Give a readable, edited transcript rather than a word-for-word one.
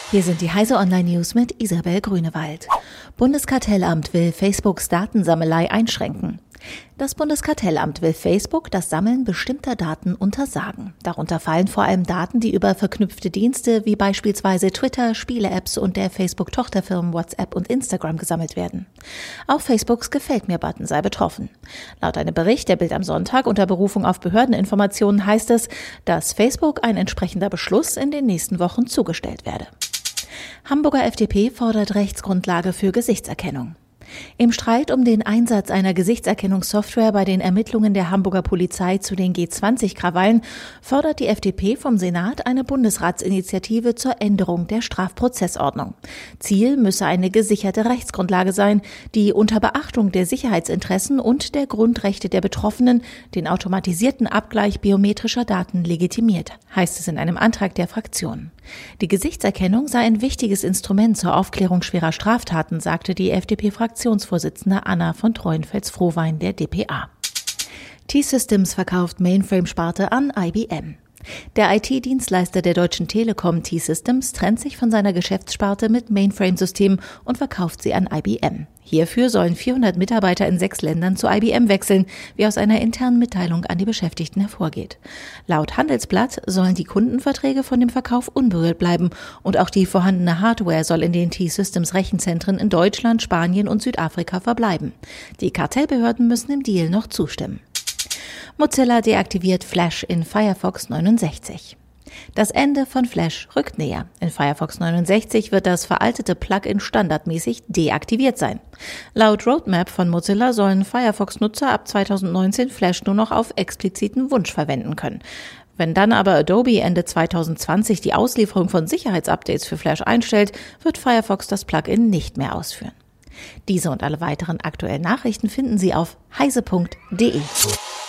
Hier sind die Heise Online News mit Isabel Grünewald. Bundeskartellamt will Facebooks Datensammelei einschränken. Das Bundeskartellamt will Facebook das Sammeln bestimmter Daten untersagen. Darunter fallen vor allem Daten, die über verknüpfte Dienste wie beispielsweise Twitter, Spiele-Apps und der Facebook-Tochterfirmen WhatsApp und Instagram gesammelt werden. Auch Facebooks Gefällt mir-Button sei betroffen. Laut einem Bericht der Bild am Sonntag unter Berufung auf Behördeninformationen heißt es, dass Facebook ein entsprechender Beschluss in den nächsten Wochen zugestellt werde. Hamburger FDP fordert Rechtsgrundlage für Gesichtserkennung. Im Streit um den Einsatz einer Gesichtserkennungssoftware bei den Ermittlungen der Hamburger Polizei zu den G20-Krawallen fordert die FDP vom Senat eine Bundesratsinitiative zur Änderung der Strafprozessordnung. Ziel müsse eine gesicherte Rechtsgrundlage sein, die unter Beachtung der Sicherheitsinteressen und der Grundrechte der Betroffenen den automatisierten Abgleich biometrischer Daten legitimiert, heißt es in einem Antrag der Fraktion. Die Gesichtserkennung sei ein wichtiges Instrument zur Aufklärung schwerer Straftaten, sagte die FDP-Fraktionsvorsitzende Anna von Treuenfels-Frohwein der dpa. T-Systems verkauft Mainframe-Sparte an IBM. Der IT-Dienstleister der Deutschen Telekom T-Systems trennt sich von seiner Geschäftssparte mit Mainframe-Systemen und verkauft sie an IBM. Hierfür sollen 400 Mitarbeiter in 6 Ländern zu IBM wechseln, wie aus einer internen Mitteilung an die Beschäftigten hervorgeht. Laut Handelsblatt sollen die Kundenverträge von dem Verkauf unberührt bleiben und auch die vorhandene Hardware soll in den T-Systems Rechenzentren in Deutschland, Spanien und Südafrika verbleiben. Die Kartellbehörden müssen dem Deal noch zustimmen. Mozilla deaktiviert Flash in Firefox 69. Das Ende von Flash rückt näher. In Firefox 69 wird das veraltete Plugin standardmäßig deaktiviert sein. Laut Roadmap von Mozilla sollen Firefox-Nutzer ab 2019 Flash nur noch auf expliziten Wunsch verwenden können. Wenn dann aber Adobe Ende 2020 die Auslieferung von Sicherheitsupdates für Flash einstellt, wird Firefox das Plugin nicht mehr ausführen. Diese und alle weiteren aktuellen Nachrichten finden Sie auf heise.de.